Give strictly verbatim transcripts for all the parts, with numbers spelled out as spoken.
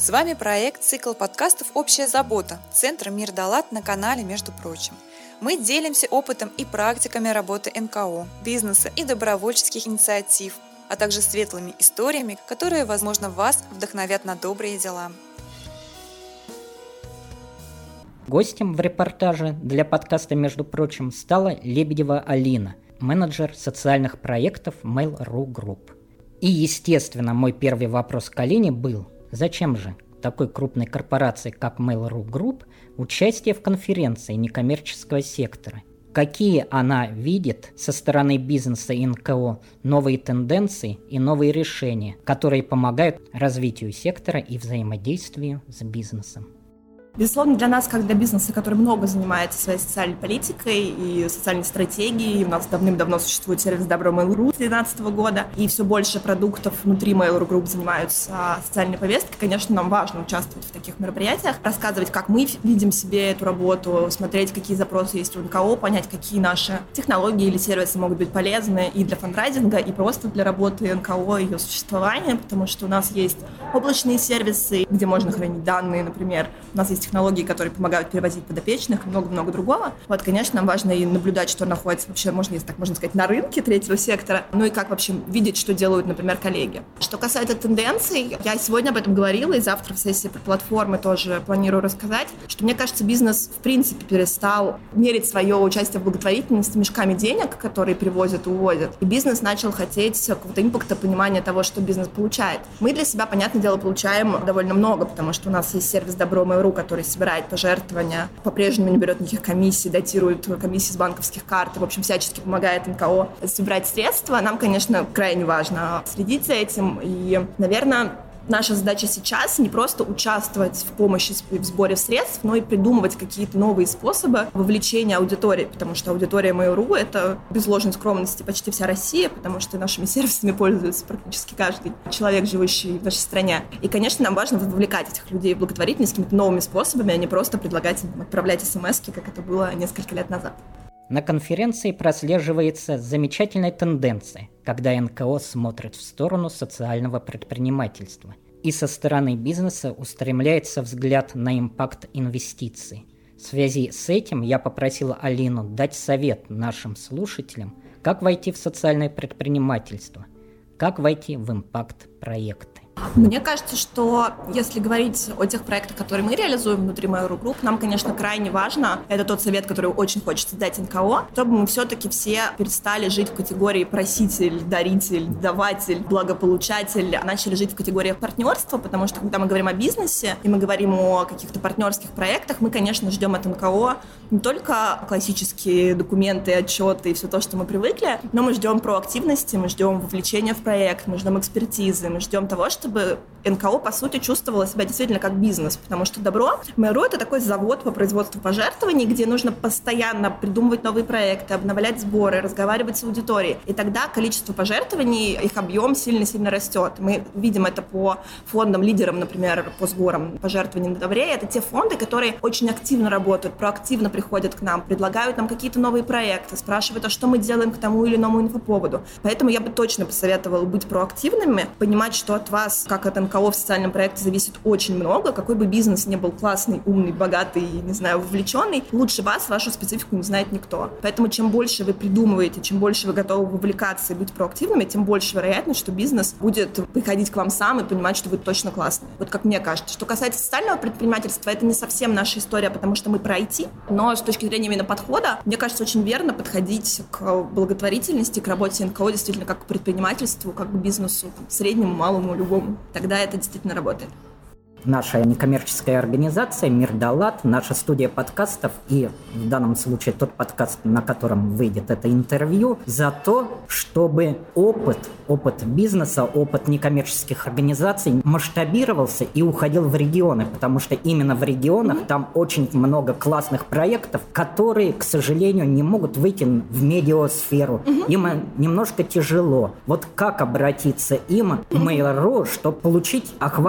С вами проект «Цикл подкастов «Общая забота» Центра «Мир Далат» на канале «Между прочим». Мы делимся опытом и практиками работы эн ка о, бизнеса и добровольческих инициатив, а также светлыми историями, которые, возможно, вас вдохновят на добрые дела. Гостем в репортаже для подкаста «Между прочим» стала Лебедева Алина, менеджер социальных проектов Mail.ru Group. И, естественно, мой первый вопрос к Алине был: зачем же такой крупной корпорации, как Mail.ru Group, участие в конференции некоммерческого сектора? Какие она видит со стороны бизнеса и эн ка о новые тенденции и новые решения, которые помогают развитию сектора и взаимодействию с бизнесом? Безусловно, для нас, как для бизнеса, который много занимается своей социальной политикой и социальной стратегией, у нас давным-давно существует сервис «Добро Mail.ru» с две тысячи двенадцатого года, и все больше продуктов внутри Mail.ru Group занимаются социальной повесткой. Конечно, нам важно участвовать в таких мероприятиях, рассказывать, как мы видим себе эту работу, смотреть, какие запросы есть у эн ка о, понять, какие наши технологии или сервисы могут быть полезны и для фандрайзинга, и просто для работы эн ка о и ее существования, потому что у нас есть облачные сервисы, где можно хранить данные, например. У нас есть технологии, которые помогают перевозить подопечных и много-много другого. Вот, конечно, нам важно и наблюдать, что находится вообще, можно, если так можно сказать, на рынке третьего сектора, ну и как вообще видеть, что делают, например, коллеги. Что касается тенденций, я сегодня об этом говорила, и завтра в сессии про платформы тоже планирую рассказать, что, мне кажется, бизнес в принципе перестал мерить свое участие в благотворительности мешками денег, которые привозят и увозят, и бизнес начал хотеть какого-то импакта, понимания того, что бизнес получает. Мы для себя, понятное дело, получаем довольно много, потому что у нас есть сервис «Добро Mail.ru», который собирает пожертвования, по-прежнему не берет никаких комиссий, датирует комиссии с банковских карт, в общем, всячески помогает эн ка о собирать средства. Нам, конечно, крайне важно следить за этим, и, наверное, наша задача сейчас не просто участвовать в помощи в сборе средств, но и придумывать какие-то новые способы вовлечения аудитории, потому что аудитория Mail.ru — это, без ложной скромности, почти вся Россия, потому что нашими сервисами пользуется практически каждый человек, живущий в нашей стране. И, конечно, нам важно вовлекать этих людей в благотворительность какими-то новыми способами, а не просто предлагать им отправлять смс-ки, как это было несколько лет назад. На конференции прослеживается замечательная тенденция, когда эн ка о смотрит в сторону социального предпринимательства, и со стороны бизнеса устремляется взгляд на импакт инвестиций. В связи с этим я попросила Алину дать совет нашим слушателям, как войти в социальное предпринимательство, как войти в импакт-проекты. Мне кажется, что если говорить о тех проектах, которые мы реализуем внутри Mail.ru Group, нам, конечно, крайне важно, это тот совет, который очень хочется дать эн ка о, чтобы мы все-таки все перестали жить в категории проситель, даритель, даватель, благополучатель, а начали жить в категориях партнерства, потому что когда мы говорим о бизнесе и мы говорим о каких-то партнерских проектах, мы, конечно, ждем от эн ка о не только классические документы, отчеты и все то, что мы привыкли, но мы ждем проактивности, мы ждем вовлечения в проект, мы ждем экспертизы, мы ждем того, чтобы эн ка о, по сути, чувствовала себя действительно как бизнес, потому что Добро Mail.ru — это такой завод по производству пожертвований, где нужно постоянно придумывать новые проекты, обновлять сборы, разговаривать с аудиторией, и тогда количество пожертвований, их объем сильно-сильно растет. Мы видим это по фондам, лидерам, например, по сборам пожертвований на Добре. Это те фонды, которые очень активно работают, проактивно приходят к нам, предлагают нам какие-то новые проекты, спрашивают, а что мы делаем к тому или иному инфоповоду. Поэтому я бы точно посоветовала быть проактивными, понимать, что от вас, как от эн ка о в социальном проекте, зависит очень много. Какой бы бизнес ни был классный, умный, богатый, не знаю, вовлеченный, лучше вас, вашу специфику не знает никто. Поэтому чем больше вы придумываете, чем больше вы готовы вовлекаться и быть проактивными, тем больше вероятность, что бизнес будет приходить к вам сам и понимать, что вы точно классные. Вот как мне кажется. Что касается социального предпринимательства, это не совсем наша история, потому что мы про ай ти, но с точки зрения именно подхода, мне кажется, очень верно подходить к благотворительности, к работе эн ка о действительно как к предпринимательству, как к бизнесу, там, среднему, малому, любому. Тогда это действительно работает. Наша некоммерческая организация «Мир Далат», наша студия подкастов и в данном случае тот подкаст, на котором выйдет это интервью, за то, чтобы опыт, опыт бизнеса, опыт некоммерческих организаций масштабировался и уходил в регионы, потому что именно в регионах mm-hmm. там очень много классных проектов, которые, к сожалению, не могут выйти в медиасферу. Mm-hmm. Им немножко тяжело. Вот как обратиться им в Mail.ru, чтобы получить охват? Да.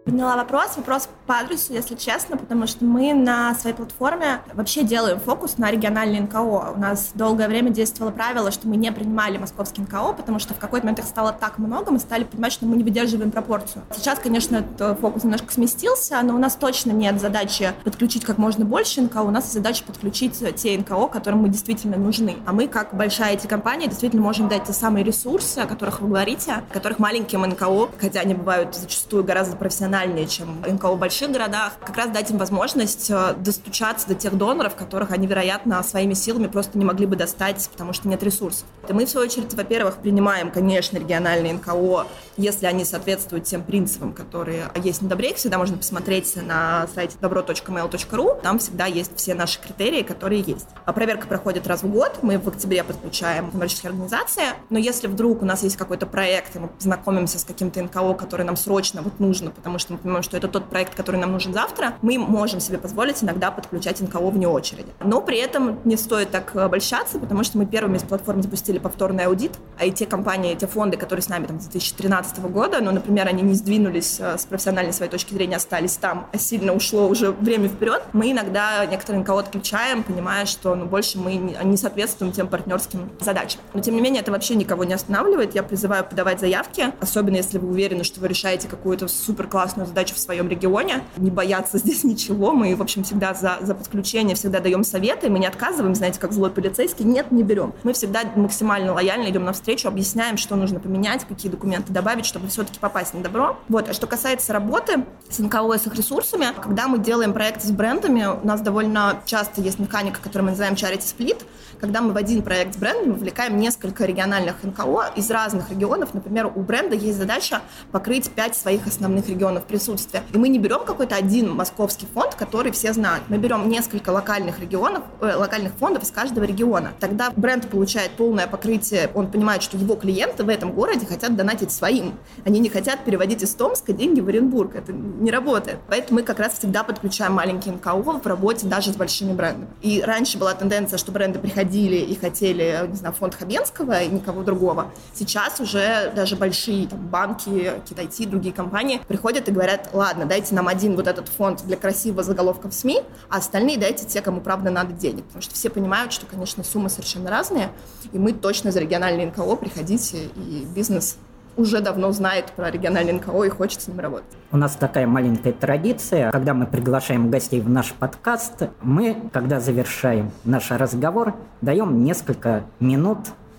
Поняла вопрос. Вопрос по адресу, если честно, потому что мы на своей платформе вообще делаем фокус на региональные эн ка о. У нас долгое время действовало правило, что мы не принимали московские эн ка о, потому что в какой-то момент их стало так много, мы стали понимать, что мы не выдерживаем пропорцию. Сейчас, конечно, этот фокус немножко сместился, но у нас точно нет задачи подключить как можно больше эн ка о, у нас есть задача подключить те эн ка о, которым мы действительно нужны. А мы, как большая ай ти-компания, действительно можем дать те самые ресурсы, о которых вы говорите, о которых маленьким эн ка о, хотя они бывают зачастую гораздо профессиональнее, чем эн ка о в больших городах, как раз дать им возможность достучаться до тех доноров, которых они, вероятно, своими силами просто не могли бы достать, потому что нет ресурсов. И мы, в свою очередь, во-первых, принимаем, конечно, региональные эн ка о, если они соответствуют тем принципам, которые есть на Добре. Их всегда можно посмотреть на сайте добро точка мейл точка ру. Там всегда есть все наши критерии, которые есть. А проверка проходит раз в год. Мы в октябре подключаем коммерческие организации. Но если вдруг у нас есть какой-то проект, и мы знакомимся с каким-то эн ка о, который нам срочно вот нужно, потому что мы понимаем, что это тот проект, который нам нужен завтра, мы можем себе позволить иногда подключать эн ка о вне очереди. Но при этом не стоит так обольщаться, потому что мы первыми с платформы запустили повторный аудит, а и те компании, те фонды, которые с нами там, с две тысячи тринадцатого года, ну, например, они не сдвинулись с профессиональной своей точки зрения, остались там, а сильно ушло уже время вперед, мы иногда некоторые эн ка о отключаем, понимая, что ну, больше мы не, не соответствуем тем партнерским задачам. Но, тем не менее, это вообще никого не останавливает. Я призываю подавать заявки, особенно если вы уверены, что вы решаете какую-то супер классную задачу в своем регионе. Не бояться здесь ничего. Мы, в общем, всегда за, за подключение, всегда даем советы, мы не отказываем, знаете, как злой полицейский. Нет, не берем. Мы всегда максимально лояльно идем навстречу, объясняем, что нужно поменять, какие документы добавить, чтобы все-таки попасть на Добро. Вот. А что касается работы с эн ка о и с их ресурсами, когда мы делаем проекты с брендами, у нас довольно часто есть механика, которую мы называем charity split, когда мы в один проект с брендом вовлекаем несколько региональных эн ка о из разных регионов. Например, у бренда есть задача покрыть пять своих основных регионов присутствия. И мы не берем какой-то один московский фонд, который все знают. Мы берем несколько локальных регионов, э, локальных фондов из каждого региона. Тогда бренд получает полное покрытие, он понимает, что его клиенты в этом городе хотят донатить своим. Они не хотят переводить из Томска деньги в Оренбург. Это не работает. Поэтому мы как раз всегда подключаем маленькие эн ка о в работе даже с большими брендами. И раньше была тенденция, что бренды приходили и хотели, не знаю, фонд Хабенского и никого другого. Сейчас уже даже большие там, банки, какие-то ай ти, другие компании приходят и говорят, ладно, дайте нам один вот этот фонд для красивого заголовка в СМИ, а остальные дайте те, кому правда надо денег. Потому что все понимают, что, конечно, суммы совершенно разные, и мы точно за региональные эн ка о приходите, и бизнес уже давно знает про региональный эн ка о и хочет с ним работать. У нас такая маленькая традиция, когда мы приглашаем гостей в наш подкаст, мы, когда завершаем наш разговор, даем несколько минут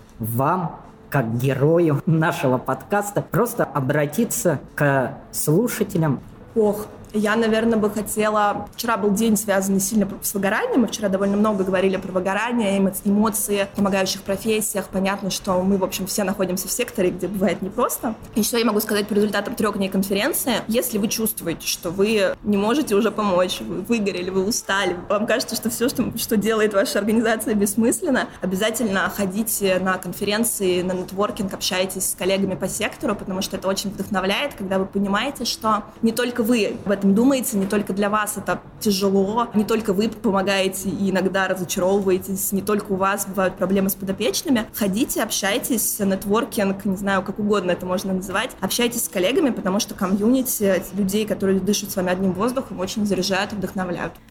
вам, как герою нашего подкаста, просто обратиться к слушателям. Ох, я, наверное, бы хотела... Вчера был день, связанный сильно с выгоранием. Мы вчера довольно много говорили про выгорание, эмоции в помогающих профессиях. Понятно, что мы, в общем, все находимся в секторе, где бывает непросто. И что я могу сказать по результатам трех дней конференции? Если вы чувствуете, что вы не можете уже помочь, вы выгорели, вы устали, вам кажется, что все, что, что делает ваша организация, бессмысленно, обязательно ходите на конференции, на нетворкинг, общайтесь с коллегами по сектору, потому что это очень вдохновляет, когда вы понимаете, что не только вы в этом думаете, не только для вас это тяжело, не только вы помогаете и иногда разочаровываетесь, не только у вас бывают проблемы с подопечными. Ходите, общайтесь, нетворкинг, не знаю, как угодно это можно называть. Общайтесь с коллегами, потому что комьюнити людей, которые дышат с вами одним воздухом, очень заряжают и вдохновляют.